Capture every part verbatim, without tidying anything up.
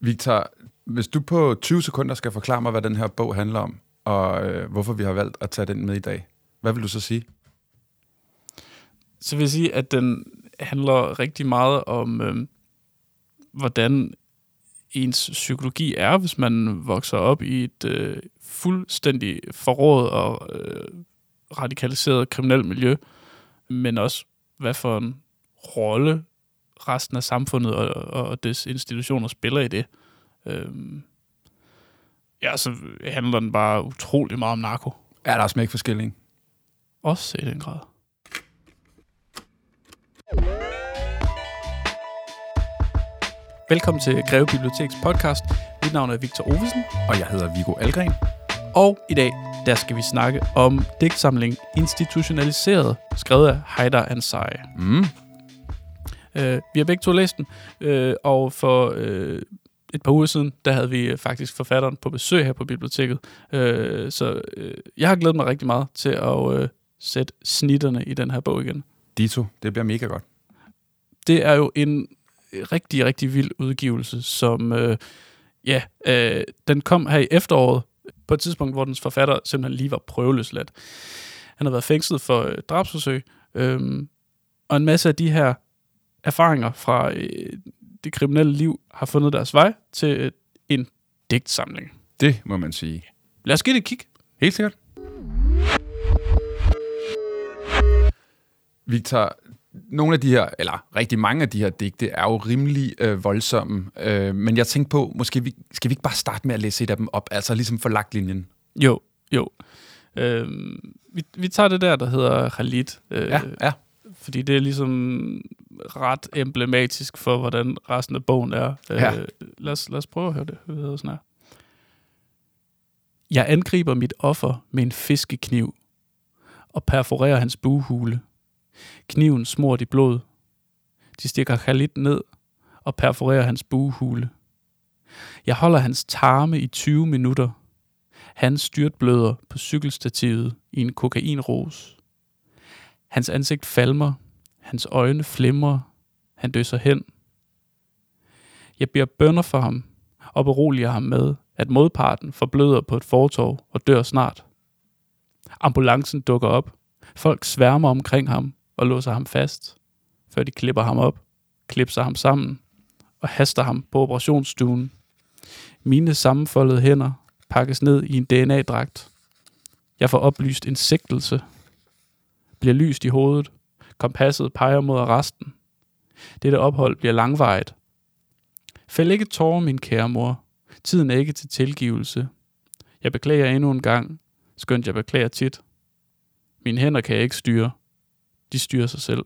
Victor, hvis du på tyve sekunder skal forklare mig, hvad den her bog handler om, og øh, hvorfor vi har valgt at tage den med i dag, hvad vil du så sige? Så vil jeg sige, at den handler rigtig meget om, øh, hvordan ens psykologi er, hvis man vokser op i et øh, fuldstændig forrådet og øh, radikaliseret kriminelt miljø, men også hvad for en rolle resten af samfundet og, og dets institutioner spiller i det. Øhm, ja, så handler den bare utrolig meget om narko. Ja, der er smæk forskelling. Også i den grad. Velkommen til Greve Biblioteks podcast. Mit navn er Victor Ovesen. Og jeg hedder Viggo Algren. Og i dag, der skal vi snakke om digtsamling Institutionaliseret, skrevet af Haydar Ansari. Mm. Uh, vi har begge to læst den, uh, og for uh, et par uger siden, der havde vi faktisk forfatteren på besøg her på biblioteket. Uh, så uh, jeg har glædet mig rigtig meget til at uh, sætte snitterne i den her bog igen. Dito, det bliver mega godt. Det er jo en rigtig, rigtig vild udgivelse, som, uh, ja, uh, den kom her i efteråret, på et tidspunkt, hvor dens forfatter simpelthen lige var prøveløsladt. Han har været fængslet for øh, drabsforsøg, øhm, og en masse af de her erfaringer fra øh, det kriminelle liv har fundet deres vej til øh, en digtsamling. Det må man sige. Lad os give det et kig. Helt sikkert. Victor, nogle af de her, eller rigtig mange af de her digte, er jo rimelig øh, voldsomme. Øh, men jeg tænkte på, måske vi, skal vi ikke bare starte med at læse et af dem op, altså ligesom for lagt linjen? Jo, jo. Øh, vi, vi tager det der, der hedder Khalid. Øh, ja, ja. Fordi det er ligesom ret emblematisk for, hvordan resten af bogen er. Ja. Øh, lad, os, lad os prøve at høre det. Hvad hedder sådan her. Jeg angriber mit offer med en fiskekniv og perforerer hans bughule. Kniven smurt i blod. De stikker Khalid ned og perforerer hans bughule. Jeg holder hans tarme i tyve minutter. Han styrtbløder på cykelstativet i en kokainros. Hans ansigt falmer. Hans øjne flimrer. Han døser hen. Jeg beder bønner for ham og beroliger ham med, at modparten forbløder på et fortov og dør snart. Ambulancen dukker op. Folk sværmer omkring ham og låser ham fast, før de klipper ham op, klipser ham sammen og haster ham på operationsstuen. Mine sammenfoldede hænder pakkes ned i en D N A-dragt. Jeg får oplyst en sigtelse. Bliver lyst i hovedet. Kompasset peger mod arresten. Dette ophold bliver langvarigt. Fæld ikke tårer, min kære mor. Tiden er ikke til tilgivelse. Jeg beklager endnu en gang, skønt jeg beklager tit. Mine hænder kan jeg ikke styre. De styrer sig selv.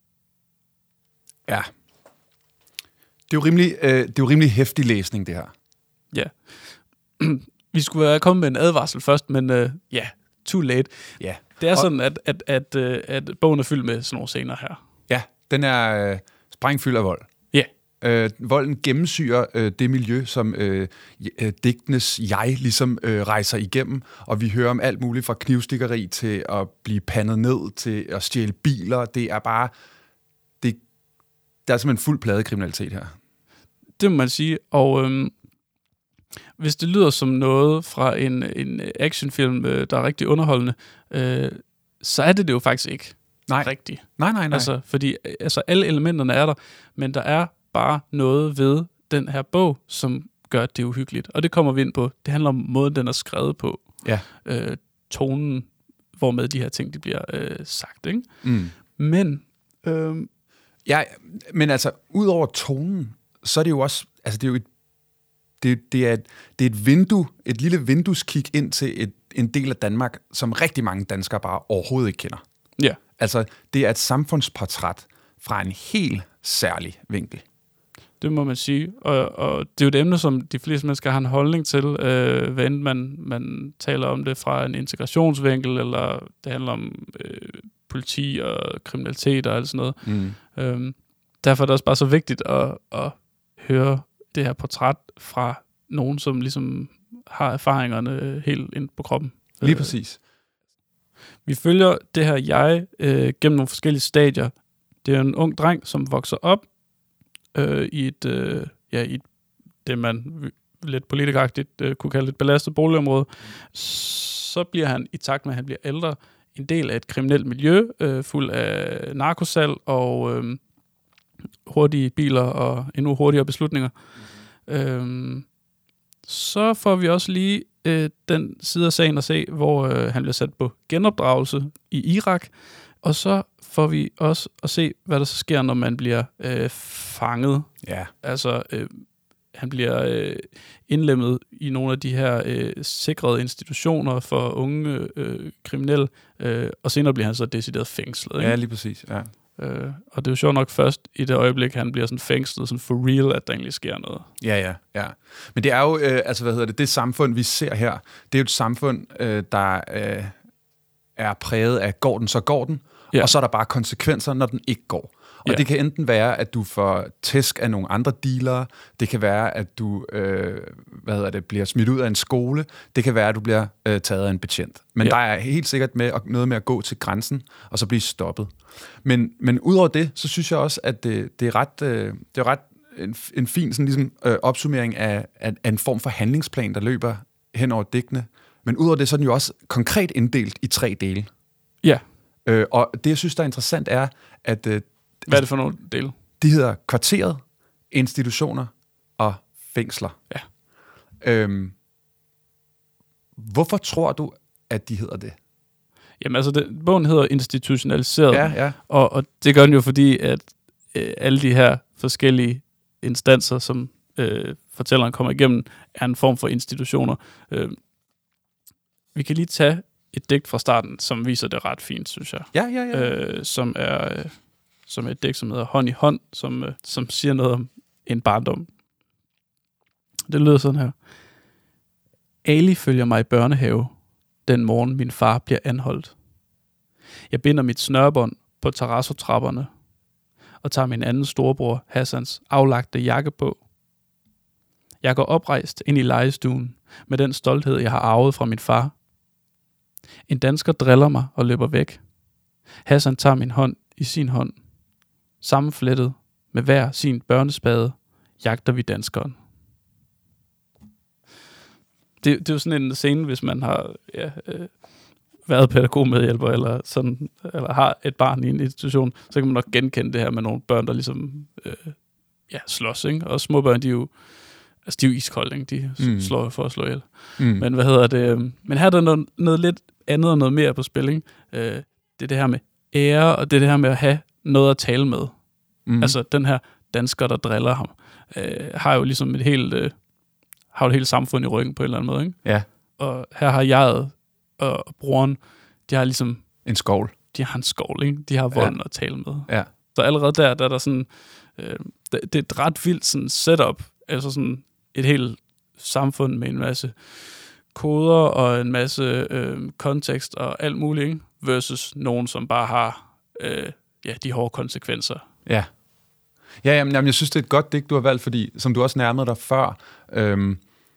Ja. Det er jo rimelig, øh, det er jo rimelig heftig læsning, det her. Ja. Vi skulle have kommet med en advarsel først, men øh, ja, yeah, too late. Ja. Det er Og, sådan, at, at, at, at, at bogen er fyldt med sådan nogle scener her. Ja, den er øh, sprængfyldt af vold. Ja. Øh, volden gennemsyrer øh, det miljø, som øh, øh, digtenes jeg ligesom øh, rejser igennem, og vi hører om alt muligt fra knivstikkeri til at blive pandet ned, til at stjæle biler. Det er bare, det, der er simpelthen fuld plade kriminalitet her. Det må man sige, og øhm, hvis det lyder som noget fra en, en actionfilm, øh, der er rigtig underholdende, øh, så er det det jo faktisk ikke. Nej. Rigtigt. Nej, nej, nej. Altså, fordi altså, alle elementerne er der, men der er bare noget ved den her bog, som gør det uhyggeligt. Og det kommer vi ind på. Det handler om måden, den er skrevet på. Ja. Øh, tonen, hvormed de her ting de bliver øh, sagt. Ikke? Mm. Men... Øh, ja, men altså, ud over tonen, så er det jo også... Altså, det er jo et, det, det er et, det er et vindue, et lille vindueskig ind til et, en del af Danmark, som rigtig mange danskere bare overhovedet ikke kender. Ja. Altså, det er et samfundsportræt fra en helt særlig vinkel. Det må man sige. Og, og det er jo et emne, som de fleste mennesker har en holdning til, øh, hvad enten man, man taler om det fra en integrationsvinkel, eller det handler om øh, politi og kriminalitet og alt sådan noget. Mm. Øhm, derfor er det også bare så vigtigt at, at høre det her portræt fra nogen, som ligesom har erfaringerne helt ind på kroppen. Lige præcis. Vi følger det her jeg øh, gennem nogle forskellige stadier. Det er en ung dreng, som vokser op øh, i et, øh, ja, i et det, man lidt politikagtigt øh, kunne kalde et belastet boligområde, så bliver han, i takt med, at han bliver ældre, en del af et kriminelt miljø, øh, fuld af narkosalg og øh, hurtige biler og endnu hurtigere beslutninger. Mm. Øhm, så får vi også lige øh, den side af sagen at se, hvor øh, han bliver sat på genopdragelse i Irak, og så får vi også at se, hvad der så sker, når man bliver øh, fanget. Ja. Altså, øh, han bliver øh, indlemmet i nogle af de her øh, sikrede institutioner for unge øh, kriminelle, øh, og senere bliver han så decideret fængslet. Ikke? Ja, lige præcis, ja. Øh, og det er jo sjovt nok først i det øjeblik, han bliver sådan fængslet, sådan for real, at der egentlig sker noget. Ja, ja, ja. Men det er jo, øh, altså hvad hedder det, det samfund, vi ser her, det er jo et samfund, øh, der øh, er præget af, går den, så går den, ja. Og så er der bare konsekvenser, når den ikke går. Og ja. Det kan enten være, at du får tæsk af nogle andre dealere, det kan være, at du øh, hvad hedder det, bliver smidt ud af en skole, det kan være, at du bliver øh, taget af en betjent. Men ja. Der er helt sikkert med, noget med at gå til grænsen, og så blive stoppet. Men, men udover det, så synes jeg også, at det, det er ret, øh, det er ret en, en fin sådan, ligesom, øh, opsummering af, af, af en form for handlingsplan, der løber hen over digtene. Men udover det, så er den jo også konkret inddelt i tre dele. Ja. Øh, og det, jeg synes, der er interessant, er, at øh, hvad er det for nogle dele? De hedder kvarteret, institutioner og fængsler. Ja. Øhm, hvorfor tror du, at de hedder det? Jamen altså, det, bogen hedder institutionaliseret, ja, ja. Og, og det gør den jo, fordi at øh, alle de her forskellige instanser, som øh, fortælleren kommer igennem, er en form for institutioner. Øh, vi kan lige tage et digt fra starten, som viser det ret fint, synes jeg. Ja, ja, ja. Øh, som er... Øh, som er et digt, som hedder Hånd i hånd, som, øh, som siger noget om en barndom. Det lyder sådan her. Ali følger mig i børnehave, den morgen min far bliver anholdt. Jeg binder mit snørbånd på terrazzotrapperne og tager min anden storebror Hassans aflagte jakke på. Jeg går oprejst ind i legestuen med den stolthed, jeg har arvet fra min far. En dansker driller mig og løber væk. Hassan tager min hånd i sin hånd. Sammenflettet med hver sin børnespade, jagter vi danskeren. Det, det er jo sådan en scene, hvis man har ja, øh, været pædagogmedhjælper, eller, sådan, eller har et barn i en institution, så kan man nok genkende det her med nogle børn, der ligesom øh, ja, slås. Ikke? Og små børn, de er jo, altså, de er jo iskolde, ikke? De mm. slår for at slå ihjel. Mm. Men hvad hedder det? Men her er der noget, noget lidt andet og noget mere på spil. Ikke? Øh, det er det her med ære, og det er det her med at have noget at tale med. Mm. Altså den her dansker, der driller ham, øh, har jo ligesom et helt, øh, har jo et helt samfund i ryggen på en eller anden måde, ikke? Ja. Og her har jeg og, og broren, de har ligesom... En skovl. De har en skovl, ikke? De har volden ja. At tale med. Ja. Så allerede der, der er der sådan... Øh, det, det er et ret vildt sådan setup, altså sådan et helt samfund med en masse koder og en masse øh, kontekst og alt muligt, ikke? Versus nogen, som bare har øh, ja, de hårde konsekvenser. Ja. Ja, jamen, jamen, jeg synes, det er et godt digt, du har valgt, fordi, som du også nærmede dig før, øhm,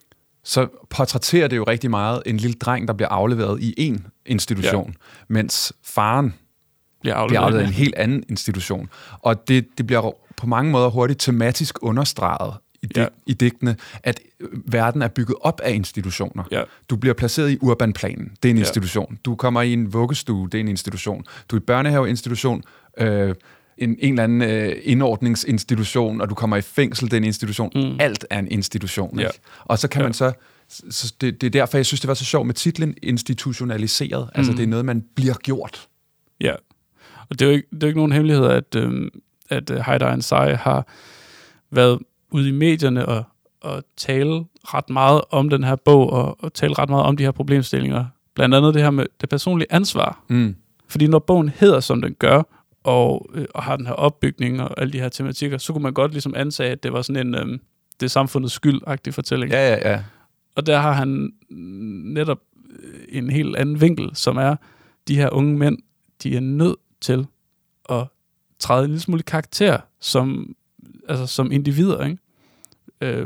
så portrætterer det jo rigtig meget en lille dreng, der bliver afleveret i en institution, ja. Mens faren bliver afleveret, bliver afleveret i en helt anden institution. Og det, det bliver på mange måder hurtigt tematisk understreget i, dig, ja. i digtene, at verden er bygget op af institutioner. Ja. Du bliver placeret i urbanplanen, det er en ja. institution. Du kommer i en vuggestue, det er en institution. Du er i børnehaveinstitution, øh, en, en eller anden øh, indordningsinstitution, og du kommer i fængsel, det er en institution. Mm. Alt er en institution. Ja. Og så kan ja. man så... så det, det er derfor, jeg synes, det var så sjovt med titlen institutionaliseret. Mm. Altså, det er noget, man bliver gjort. Ja, og det er jo ikke, det er jo ikke nogen hemmelighed, at, øh, at Haidar Ansari har været ude i medierne og, og tale ret meget om den her bog, og, og tale ret meget om de her problemstillinger. Blandt andet det her med det personlige ansvar. Mm. Fordi når bogen hedder, som den gør, og, øh, og har den her opbygning og alle de her tematikker, så kunne man godt ligesom antage, at det var sådan en, øh, det er samfundets skyld-agtig fortælling. Ja, ja, ja. Og der har han netop en helt anden vinkel, som er, de her unge mænd, de er nødt til at træde en lille smule karakter som, altså som individer, ikke? Øh,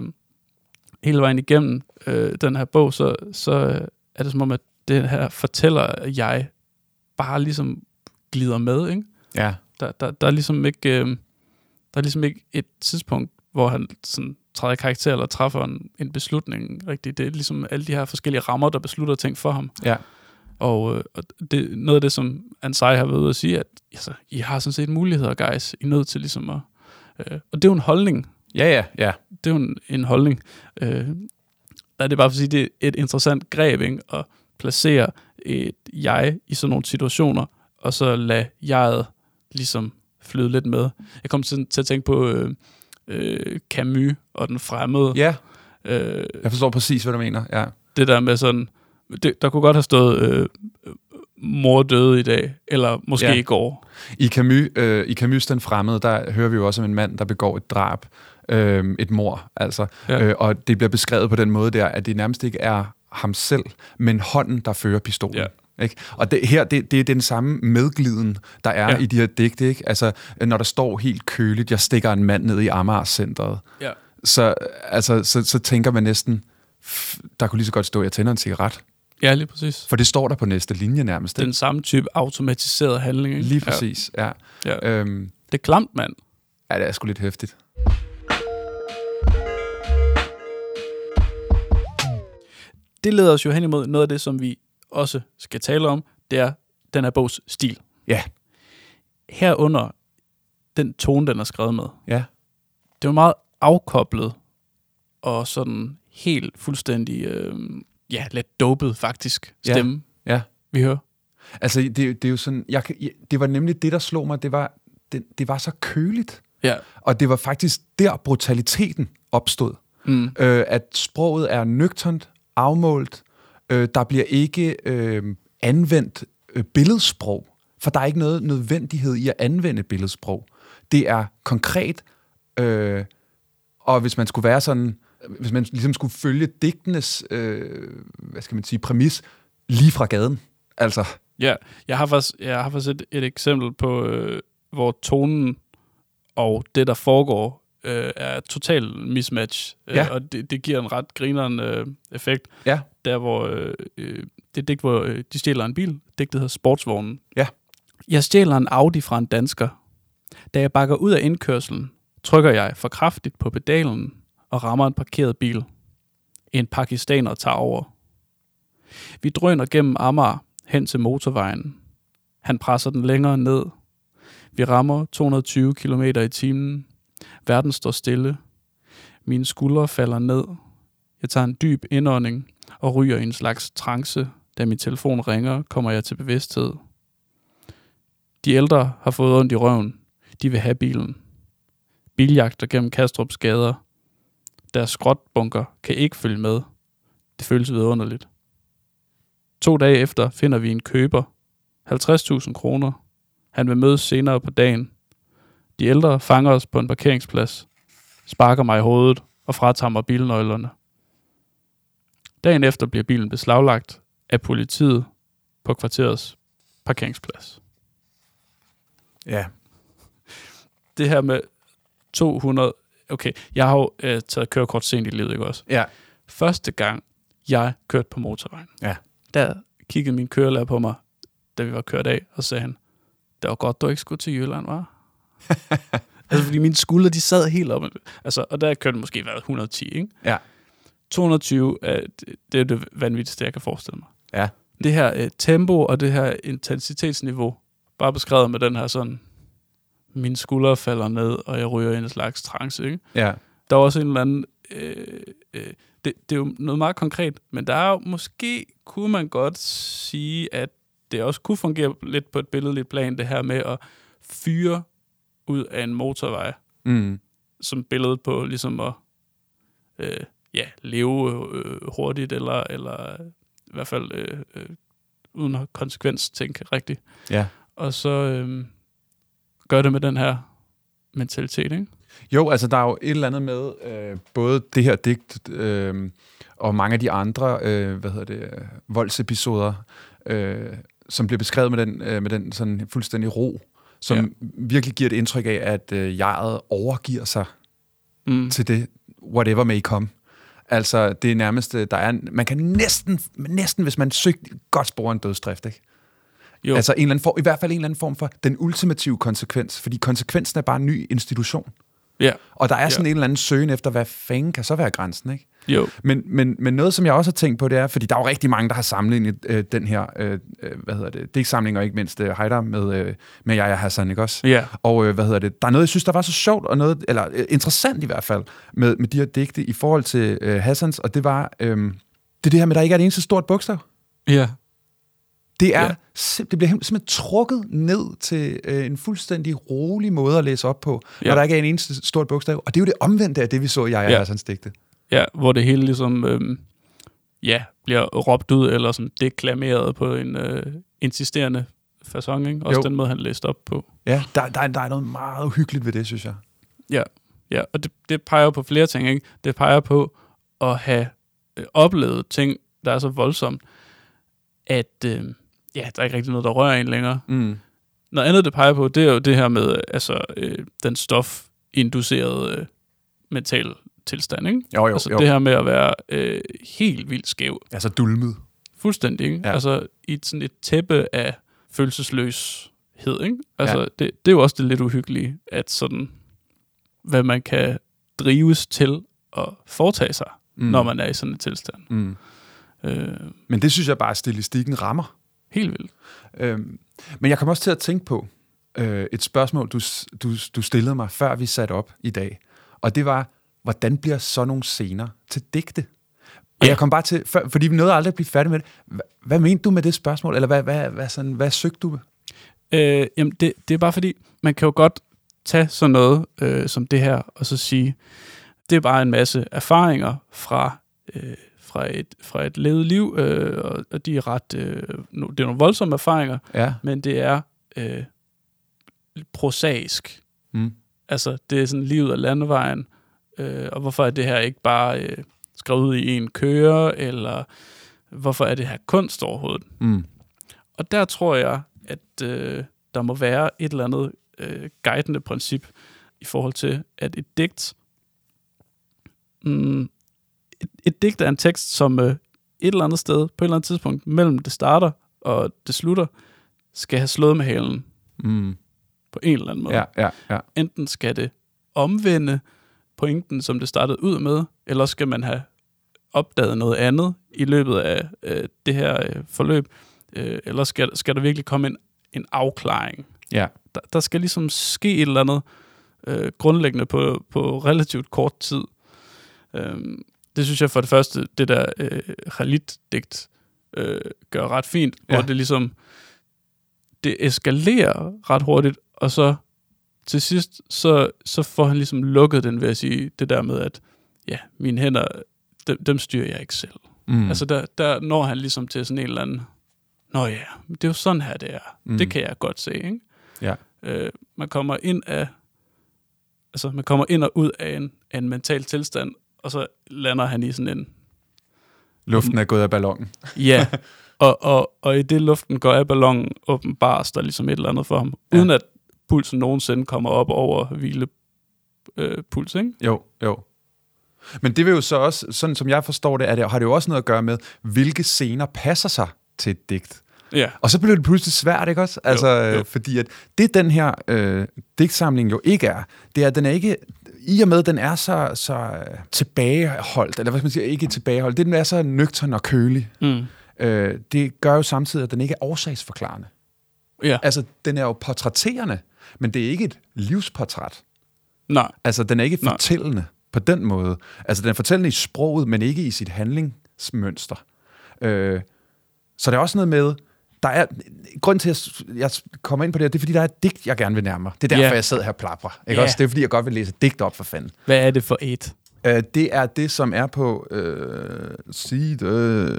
hele vejen igennem øh, den her bog, så, så er det som om, at det her fortæller jeg bare ligesom glider med, ikke? Ja. Der, der, der er ligesom ikke øh, der er ligesom ikke et tidspunkt, hvor han sådan træder i karakter eller træffer en, en beslutning rigtigt. Det er ligesom alle de her forskellige rammer, der beslutter ting for ham. Ja. Og, øh, og det, noget af det, som Ansai har været ude at sige, at altså, I har sådan set muligheder, guys. I er nødt til ligesom at... Øh, og det er jo en holdning. Ja, ja, ja. Det er jo en, en holdning. Øh, der er det bare for at sige, det er et interessant greb, ikke? At placere et jeg i sådan nogle situationer, og så lade jeget ligesom flyde lidt med. Jeg kom til, til at tænke på øh, øh, Camus og den fremmede. Ja, øh, jeg forstår præcis, hvad du mener. Ja. Det der med sådan, det, der kunne godt have stået øh, mor døde i dag, eller måske ja. i går. I Camus, øh, i Camus den fremmede, der hører vi jo også om en mand, der begår et drab, øh, et mord, altså. Ja. Øh, og det bliver beskrevet på den måde der, at det nærmest ikke er ham selv, men hånden, der fører pistolen. Ja. Ikke? Og det, her, det, det er den samme medgliden, der er ja. i de her digte. Ikke? Altså, når der står helt køligt, jeg stikker en mand ned i Amager-centret, ja. så, altså, så, så tænker man næsten, der kunne lige så godt stå, jeg tænder en cigaret. Ja, lige præcis. For det står der på næste linje nærmest. Den samme type automatiseret handling. Ikke? Lige præcis, ja. ja. ja. Øhm, det er klamt, mand. Ja, det er sgu lidt hæftigt. Det leder os jo hen imod noget af det, som vi også skal tale om, det er den her bogs stil. Ja. Herunder den tone, den er skrevet med. Ja. Det er meget afkoblet og sådan helt fuldstændig, øh, ja, lidt dopet faktisk stemme, ja. Ja. vi hører. Altså, det, det er jo sådan, jeg, det var nemlig det, der slog mig, det var, det, det var så køligt. Ja. Og det var faktisk der, brutaliteten opstod. Mm. Øh, at sproget er nøgternt, afmålt, øh, der bliver ikke øh, anvendt øh, billedsprog, for der er ikke noget nødvendighed i at anvende billedsprog. Det er konkret, øh, og hvis man skulle være sådan, hvis man ligesom skulle følge digtenes, øh, hvad skal man sige, præmis, lige fra gaden, altså. Ja, jeg har faktisk, jeg har faktisk et, et eksempel på, øh, hvor tonen og det, der foregår, øh, er total mismatch, øh, ja. og det, det giver en ret grineren øh, effekt. Ja. Der, hvor øh, øh, det er digt, hvor øh, de stjæler en bil. Digtet hedder Sportsvognen. Ja. Jeg stjæler en Audi fra en dansker. Da jeg bakker ud af indkørselen, trykker jeg for kraftigt på pedalen og rammer en parkeret bil. En pakistaner tager over. Vi drøner gennem Amager hen til motorvejen. Han presser den længere ned. Vi rammer to hundrede og tyve kilometer i timen. Verden står stille. Mine skuldre falder ned. Jeg tager en dyb indånding og ryger i en slags trance. Da min telefon ringer, kommer jeg til bevidsthed. De ældre har fået ondt i røven. De vil have bilen. Biljagter gennem Kastrups gader. Deres skrotbunker kan ikke følge med. Det føles vidunderligt. To dage efter finder vi en køber. halvtreds tusind kroner. Han vil mødes senere på dagen. De ældre fanger os på en parkeringsplads, sparker mig i hovedet og fratager mig bilnøglerne. Dagen efter bliver bilen beslaglagt af politiet på kvarterets parkeringsplads. Ja. Det her med to hundrede... Okay, jeg har jo øh, taget kørekort sent i livet, ikke også? Ja. Første gang, jeg kørte på motorvejen, ja. der kiggede min kørelærer på mig, da vi var kørt af, og sagde han, det var godt, du ikke skulle til Jylland, var? Altså, fordi mine skuldre, de sad helt op. Altså, og der kørte det måske været et hundrede og ti, ikke? Ja. to hundrede og tyve, er, det er det vanvittigste, jeg kan forestille mig. Ja. Det her uh, tempo og det her intensitetsniveau, bare beskrevet med den her sådan, mine skuldre falder ned, og jeg ryger i en slags trance, ikke? Ja. Der er også en eller anden... Øh, øh, det, det er jo noget meget konkret, men der er jo måske, kunne man godt sige, at det også kunne fungere lidt på et billedligt plan, det her med at fyre ud af en motorvej, mm. som billede på ligesom at øh, ja, leve øh, hurtigt, eller, eller i hvert fald øh, øh, uden at konsekvens tænke rigtigt. Ja. Og så øh, gør det med den her mentalitet, ikke? Jo, altså der er jo et eller andet med øh, både det her digt øh, og mange af de andre øh, hvad hedder det, voldsepisoder, øh, som bliver beskrevet med den, øh, med den sådan fuldstændig ro, som ja. virkelig giver et indtryk af, at øh, jeget overgiver sig mm. til det, whatever may come. Altså, det er nærmest, der er, man kan næsten, næsten hvis man søger, godt spore en dødsdrift, ikke? Jo. Altså, en eller anden form, i hvert fald en eller anden form for den ultimative konsekvens, fordi konsekvensen er bare en ny institution. Ja. Og der er sådan Ja. en eller anden søgen efter, hvad fanden kan så være grænsen, ikke? Jo. Men, men, men noget, som jeg også har tænkt på, det er, fordi der er jo rigtig mange, der har sammenlignet øh, den her, øh, hvad hedder det, digtsamling, og ikke mindst øh, Haidar med, øh, med Yahya Hassan, ikke også? Ja. Og øh, hvad hedder det, der er noget, jeg synes, der var så sjovt, og noget, eller øh, interessant i hvert fald, med, med de her digte i forhold til øh, Hassans, og det var, øh, det er det her med, at der ikke er et eneste stort bogstav. Ja. Det, er, Ja. sim- det bliver simpelthen trukket ned til øh, en fuldstændig rolig måde at læse op på, Ja. når der ikke er en eneste stort bogstav. Og det er jo det omvendte af det, vi så i Yahya Ja. Hassans digte. Ja, hvor det hele ligesom, øhm, ja, bliver råbt ud, eller sådan deklameret på en øh, insisterende facon, ikke? Også Jo. den måde, han læste op på. Ja, der, der, der er noget meget uhyggeligt ved det, synes jeg. Ja, ja, og det, det peger på flere ting, ikke? Det peger på at have øh, oplevet ting, der er så voldsomt, at øh, ja, der er ikke rigtig noget, der rører en længere. Mm. Noget andet, det peger på, det er jo det her med altså, øh, den stofinducerede øh, mental tilstand, ikke? Jo, jo, altså jo. det her med at være øh, helt vildt skæv. Altså dulmet. Fuldstændig, ikke? Ja. Altså i et, sådan et tæppe af følelsesløshed, ikke? Altså Ja. det, det er jo også det lidt uhyggelige, at sådan, hvad man kan drives til at foretage sig, Mm. mm. når man er i sådan en tilstand. Mm. Øh, Men det synes jeg bare, at stilistikken rammer. helt vildt. Øhm, men jeg kom også til at tænke på øh, et spørgsmål, du, du, du stillede mig, før vi satte op i dag. Og det var, hvordan bliver så nogle scener til digte? Og Ja. jeg kom bare til, for, fordi vi nåede aldrig at blive færdige med det. Hvad, hvad mente du med det spørgsmål? Eller hvad, hvad, hvad, sådan, hvad søgte du med? Øh, jamen det, det er bare fordi, man kan jo godt tage sådan noget øh, som det her, og så sige, det er bare en masse erfaringer fra, øh, fra, et, fra et levet liv, øh, og, og de er ret, øh, no, det er nogle voldsomme erfaringer, Ja. men det er øh, prosaisk. Mm. Altså, det er sådan livet af landevejen, øh, og hvorfor er det her ikke bare øh, skrevet ud i en køre, eller hvorfor er det her kunst overhovedet? Mm. Og der tror jeg, at øh, der må være et eller andet øh, guidende princip i forhold til, at et digt, mm, et, et digt er en tekst, som øh, et eller andet sted, på et eller andet tidspunkt, mellem det starter og det slutter, skal have slået med halen Mm. på en eller anden måde. Ja, ja, ja. Enten skal det omvende pointen, som det startede ud med, eller skal man have opdaget noget andet i løbet af øh, det her øh, forløb, øh, eller skal, skal der virkelig komme en, en afklaring. Ja. Der, der skal ligesom ske et eller andet øh, grundlæggende på, på relativt kort tid. Øhm, det synes jeg for det første, det der øh, Khalid-digt øh, gør ret fint, Ja. hvor det ligesom det eskalerer ret hurtigt, og så til sidst, så, så får han ligesom lukket den ved at sige det der med, at ja, mine hænder, dem, dem styrer jeg ikke selv. Mm. Mm. Altså der, der når han ligesom til sådan en eller anden, nå ja, det er jo sådan her, det er. Mm. Mm. Det kan jeg godt se, ikke? Ja. Øh, man kommer ind af, altså man kommer ind og ud af en, af en mental tilstand, og så lander han i sådan en, Luften er gået af ballonen. ja, og, og, og i det luften går af ballonen, åbenbart der ligesom et eller andet for ham, Ja. uden at pulsen nogensinde kommer op over hvile øh, puls, ikke? Jo, jo. Men det vil jo så også, sådan som jeg forstår det, er det, har det jo også noget at gøre med, hvilke scener passer sig til et digt. Ja. Og så bliver det pludselig svært, ikke også? Altså, jo. øh, fordi at det, den her øh, digtsamling jo ikke er, det er, at den er ikke, i og med, at den er så, så øh, tilbageholdt, eller hvad skal man sige, ikke tilbageholdt, det den er så nøgtern og kølig, Mm. øh, det gør jo samtidig, at den ikke er årsagsforklarende. Ja. Altså, den er jo portrætterende, men det er ikke et livsportræt. Nej. Altså, den er ikke Nej. fortællende på den måde. Altså, den er fortællende i sproget, men ikke i sit handlingsmønster. Øh, så der er også noget med, der er, grund til, at jeg kommer ind på det her, det er, fordi der er et digt, jeg gerne vil nærme mig. Det er derfor, Ja. jeg sidder her og plaprer. Ikke Ja. også? Det er, fordi jeg godt vil læse et digt op for fanden. Hvad er det for et? Øh, det er det, som er på øh, side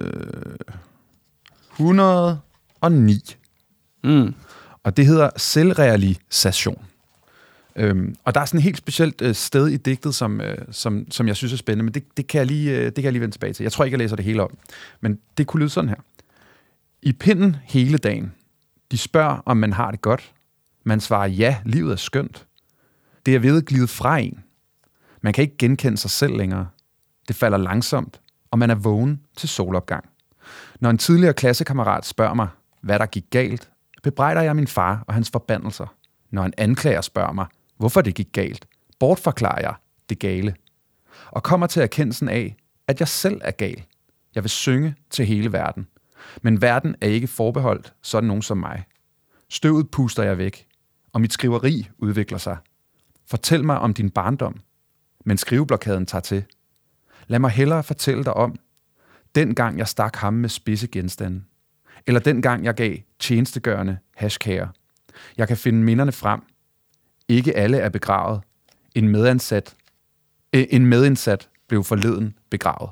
et hundrede og ni. Mm. Og det hedder selvrealisation. Øhm, og der er sådan et helt specielt øh, sted i digtet, som, øh, som, som jeg synes er spændende, men det, det, kan jeg lige, øh, det kan jeg lige vende tilbage til. Jeg tror ikke, jeg læser det hele om. Men det kunne lyde sådan her. I pinden hele dagen. De spørger, om man har det godt. Man svarer ja, livet er skønt. Det er ved at glide fra en. Man kan ikke genkende sig selv længere. Det falder langsomt, og man er vågen til solopgang. Når en tidligere klassekammerat spørger mig, hvad der gik galt, bebrejder jeg min far og hans forbandelser. Når en anklager spørger mig, hvorfor det gik galt, bortforklarer jeg det gale, og kommer til erkendelsen af, at jeg selv er gal. Jeg vil synge til hele verden. Men verden er ikke forbeholdt sådan nogen som mig. Støvet puster jeg væk, og mit skriveri udvikler sig. Fortæl mig om din barndom, men skriveblokaden tager til. Lad mig hellere fortælle dig om, dengang jeg stak ham med spidse genstande, eller dengang jeg gav tjenestegørende hashkager. Jeg kan finde minderne frem. Ikke alle er begravet. En medansat, øh, en medindsat blev forleden begravet.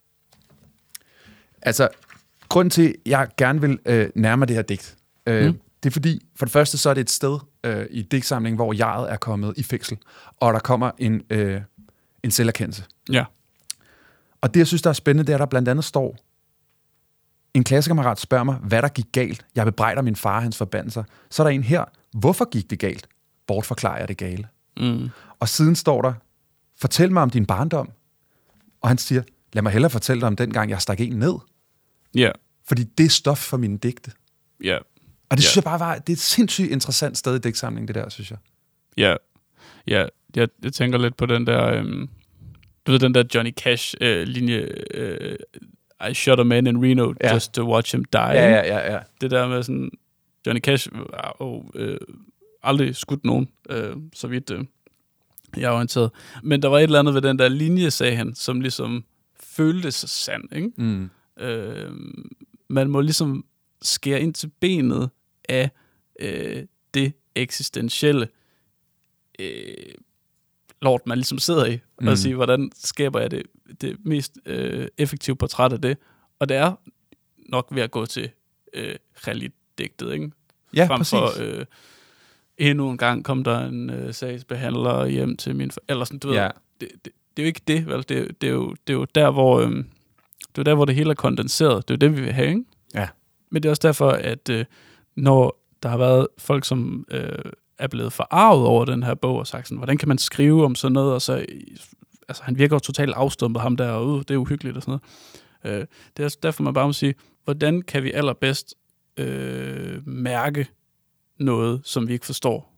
Altså, grunden til, at jeg gerne vil øh, nærme det her digt, øh, mm. det er fordi, for det første, så er det et sted øh, i digtsamlingen, hvor jeget er kommet i fængsel, og der kommer en, øh, en selverkendelse. Ja. Og det, jeg synes, der er spændende, det er, der blandt andet står, en klassekammerat spørger mig, hvad der gik galt. Jeg bebrejder min far hans forbandelser. Så er der en her, hvorfor gik det galt? Bortforklarer jeg det gale. Mm. Og siden står der, fortæl mig om din barndom. Og han siger, lad mig hellere fortælle dig om dengang, jeg stak en ned. Ja. Yeah. Fordi det er stof for mine digte. Ja. Yeah. Og det yeah. synes jeg bare var, det er et sindssygt interessant sted i digtsamlingen, det der, synes jeg. Ja. Ja, jeg, jeg tænker lidt på den der, øhm, du ved, den der Johnny Cash-linje, øh, I shot a man in Reno ja. just to watch him die. Ja, ja, ja, ja. Det der med sådan, Johnny Cash har oh, øh, aldrig skudt nogen, øh, så vidt øh, jeg er orienteret. Men der var et eller andet ved den der linje, sagde han, som ligesom føltes så sand, ikke? Mm. Øh, man må ligesom skære ind til benet af øh, det eksistentielle øh, lort, man ligesom sidder i, mm. og sige, hvordan skaber jeg det, det mest øh, effektive portræt af det? Og det er nok ved at gå til øh, Khalid-digtet, ikke? Ja, Frem præcis. for, øh, endnu en gang kom der en øh, sagsbehandler hjem til min for- eller sådan, du ja. ved, det, det, det er jo ikke det, vel? Det, det, er, jo, det er jo der, hvor øh, det er der, hvor det hele er kondenseret. Det er jo det, vi vil have, ikke? Ja. Men det er også derfor, at øh, når der har været folk, som øh, er blevet forarvet over den her bog, og sagt sådan, hvordan kan man skrive om sådan noget, og så, altså han virker jo totalt afstumpet, ham der, og uh, det er uhyggeligt og sådan noget. Øh, det er også derfor, man bare må sige, hvordan kan vi allerbedst øh, mærke noget, som vi ikke forstår?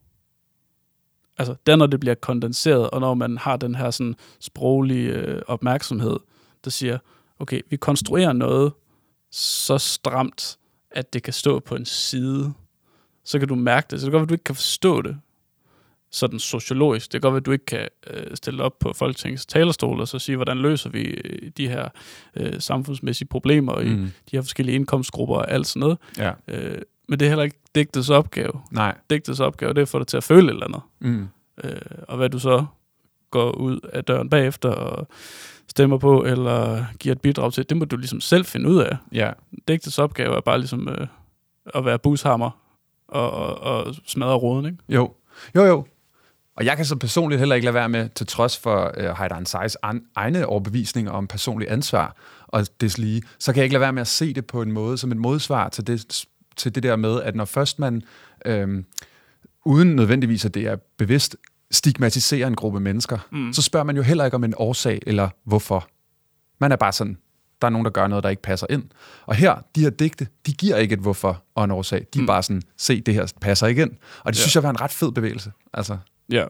Altså, der når det bliver kondenseret, og når man har den her sådan sproglige øh, opmærksomhed, der siger, okay, vi konstruerer noget så stramt, at det kan stå på en side, så kan du mærke det. Så det kan godt være, at du ikke kan forstå det sådan sociologisk. Det kan godt være, at du ikke kan øh, stille op på Folketingets talerstol og så sige, hvordan løser vi øh, de her øh, samfundsmæssige problemer i mm. de her forskellige indkomstgrupper og alt sådan noget. Ja. Øh, men det er heller ikke digtets opgave. Nej. Digtets opgave, det er at få dig til at føle et eller andet. Mm. Øh, og hvad du så går ud af døren bagefter og stemmer på, eller giver et bidrag til, det må du ligesom selv finde ud af. Ja. Digtets opgave er bare ligesom øh, at være bushammer og, og, og smadre roden, ikke? Jo, jo, jo. Og jeg kan så personligt heller ikke lade være med, til trods for uh, Haydar Ansais an, egne overbevisninger om personlig ansvar og deslige, så kan jeg ikke lade være med at se det på en måde, som et modsvar til det, til det der med, at når først man, øhm, uden nødvendigvis at det er bevidst, stigmatiserer en gruppe mennesker, mm. så spørger man jo heller ikke om en årsag eller hvorfor. Man er bare sådan, der er nogen, der gør noget, der ikke passer ind. Og her, de her digte, de giver ikke et hvorfor og en årsag. De er mm. bare sådan, se, det her passer ikke ind. Og det ja. synes jeg var en ret fed bevægelse. Altså. Ja.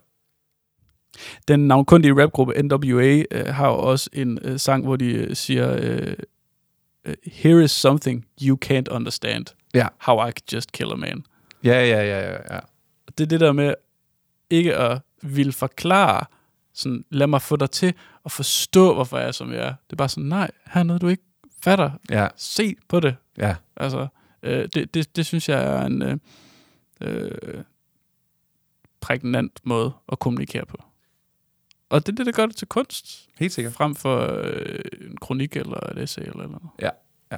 Den navnkundige rapgruppe N W A øh, har jo også en øh, sang, hvor de øh, siger, øh, here is something you can't understand. Ja. How I could just kill a man. Ja, ja, ja, ja, ja. Det er det der med ikke at ville forklare, sådan, lad mig få dig til at forstå, hvorfor jeg er, som jeg er. Det er bare sådan, nej, her er noget, du ikke fatter. Ja. Se på det. Ja. Altså, øh, det, det, det synes jeg er en øh, øh, prægnant måde at kommunikere på. Og det er det, der gør det til kunst. Helt sikkert. Frem for øh, en kronik eller et essay eller noget. Ja, ja.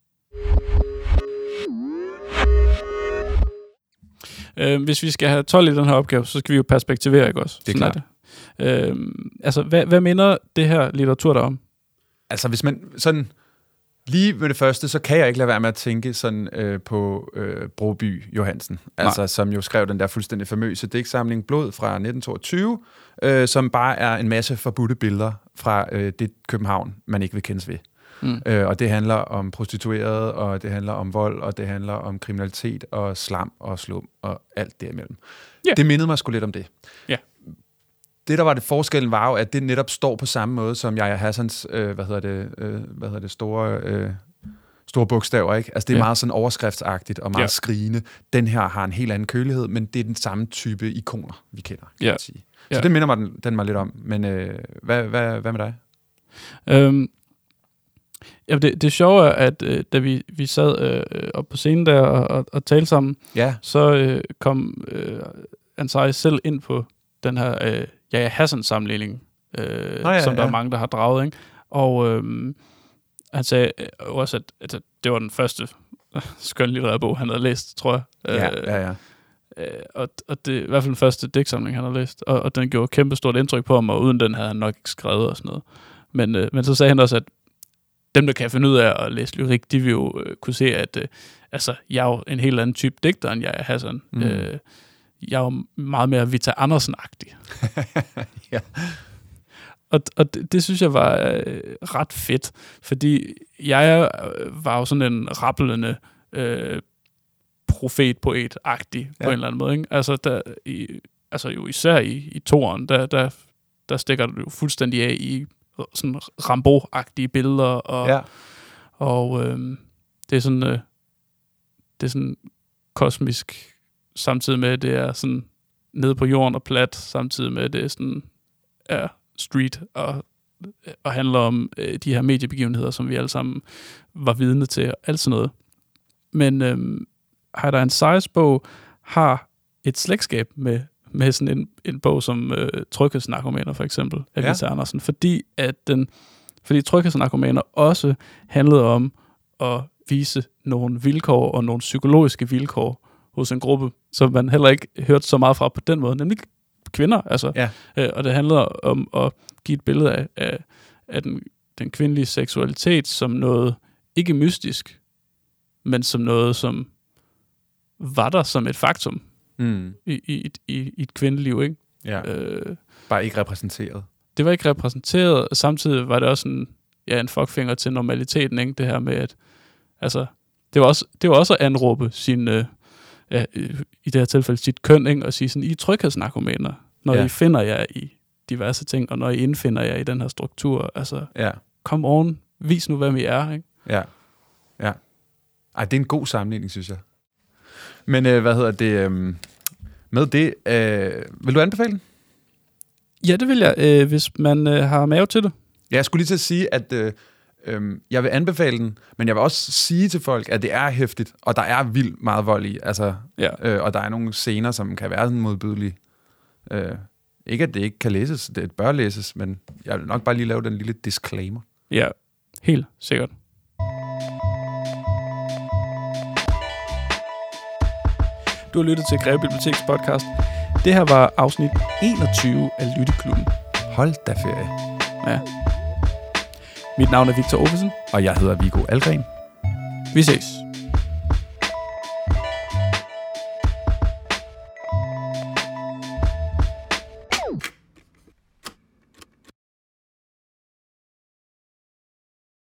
Øh, hvis vi skal have tolv i den her opgave, så skal vi jo perspektivere, ikke også? Det er klart. Er det. Øh, altså, hvad, hvad minder det her litteratur der om? Altså, hvis man sådan... Lige med det første, så kan jeg ikke lade være med at tænke sådan øh, på øh, Broby Johansen, altså, som jo skrev den der fuldstændig famøse digtsamling Blod fra nitten toogtyve, øh, som bare er en masse forbudte billeder fra øh, det København, man ikke vil kendes ved. Mm. Øh, og det handler om prostituerede, og det handler om vold, og det handler om kriminalitet, og slam, og slum, og alt derimellem. Yeah. Det mindede mig sgu lidt om det. Yeah. det, der var det forskellen, var jo, at det netop står på samme måde, som Yahya Hassans, øh, hvad hedder det, øh, hvad hedder det, store... Øh, store bogstaver, ikke? Altså, det er ja. meget sådan overskriftsagtigt og meget ja. skrigende. Den her har en helt anden kølighed, men det er den samme type ikoner, vi kender, kan ja. man sige. Så ja. det minder mig, den, den mig lidt om. Men øh, hvad, hvad, hvad med dig? Øhm, ja, det, det sjove er, at øh, da vi, vi sad øh, op på scenen der og, og, og talte sammen, ja. så øh, kom øh, Ansari selv ind på den her øh, Yahya Hassan-sammenligning, øh, Nå, ja, som der ja. er mange, der har draget, ikke? Og øh, han sagde også, at, at det var den første skønlitterære bog, han havde læst, tror jeg. Ja, ja, ja. Øh, og, og det er i hvert fald den første digtsamling, han har læst. Og, og den gjorde kæmpe stort indtryk på ham, og uden den havde han nok ikke skrevet og sådan noget. Men, øh, men så sagde han også, at dem, der kan finde ud af at læse lyrik, de vil jo øh, kunne se, at øh, altså, jeg er jo en helt anden type digter, end jeg er Hassan. Mm. Øh, jeg er jo meget mere Vita Andersen-agtig. ja. Og, og det, det synes jeg var øh, ret fedt, fordi jeg øh, var jo sådan en rappelende øh, profet-poet-agtig ja. på en eller anden måde. Ikke? Altså, der, i, altså jo især i, i toren, der, der, der stikker du jo fuldstændig af i sådan Rambo-agtige billeder, og, ja. og øh, det er sådan øh, det er sådan kosmisk, samtidig med, at det er sådan nede på jorden og plat, samtidig med, at det er sådan er street og, og handler om øh, de her mediebegivenheder, som vi alle sammen var vidne til, og alt sådan noget. Men øh, Haydar Ansaris bog har et slægtskab med, med sådan en, en bog som øh, Tryghedsnarkomaner, for eksempel, af ja. Vita Andersen, fordi at den, fordi Tryghedsnarkomaner også handlede om at vise nogle vilkår og nogle psykologiske vilkår hos en gruppe, som man heller ikke hørte så meget fra på den måde, nemlig kvinder, altså. Ja. Øh, og det handler om at give et billede af, af, af den, den kvindelige seksualitet som noget ikke mystisk, men som noget, som var der som et faktum mm. i, i, i, i et kvindeliv, ikke? Ja. Øh, Bare ikke repræsenteret. Det var ikke repræsenteret, og samtidig var det også en, ja, en fuckfinger til normaliteten, ikke? Det her med, at altså, det var også, det var også at anråbe sin, øh, ja, i det her tilfælde sit køn, ikke? Og sige sådan, I er tryghedsnarkomaner, når ja. I finder jer i diverse ting, og når I indfinder jer i den her struktur, altså, ja. Kom on, vis nu, hvem I er, ikke? Ja, ja. Ej, det er en god sammenligning, synes jeg. Men øh, hvad hedder det, øh, med det, øh, vil du anbefale den? Ja, det vil jeg, øh, hvis man øh, har mave til det. Ja, jeg skulle lige til at sige, at øh, øh, jeg vil anbefale den, men jeg vil også sige til folk, at det er hæftigt, og der er vildt meget vold i, altså, ja. øh, og der er nogle scener, som kan være sådan modbydelige. Øh, ikke at det ikke kan læses, det bør læses, men jeg vil nok bare lige lave den lille disclaimer. Ja, helt sikkert. Du har lyttet til Greve Biblioteks podcast. Det her var afsnit enogtyve af Lytteklubben. Hold da ferie. Ja. Mit navn er Victor Ovesen. Og jeg hedder Viggo Algren. Vi ses.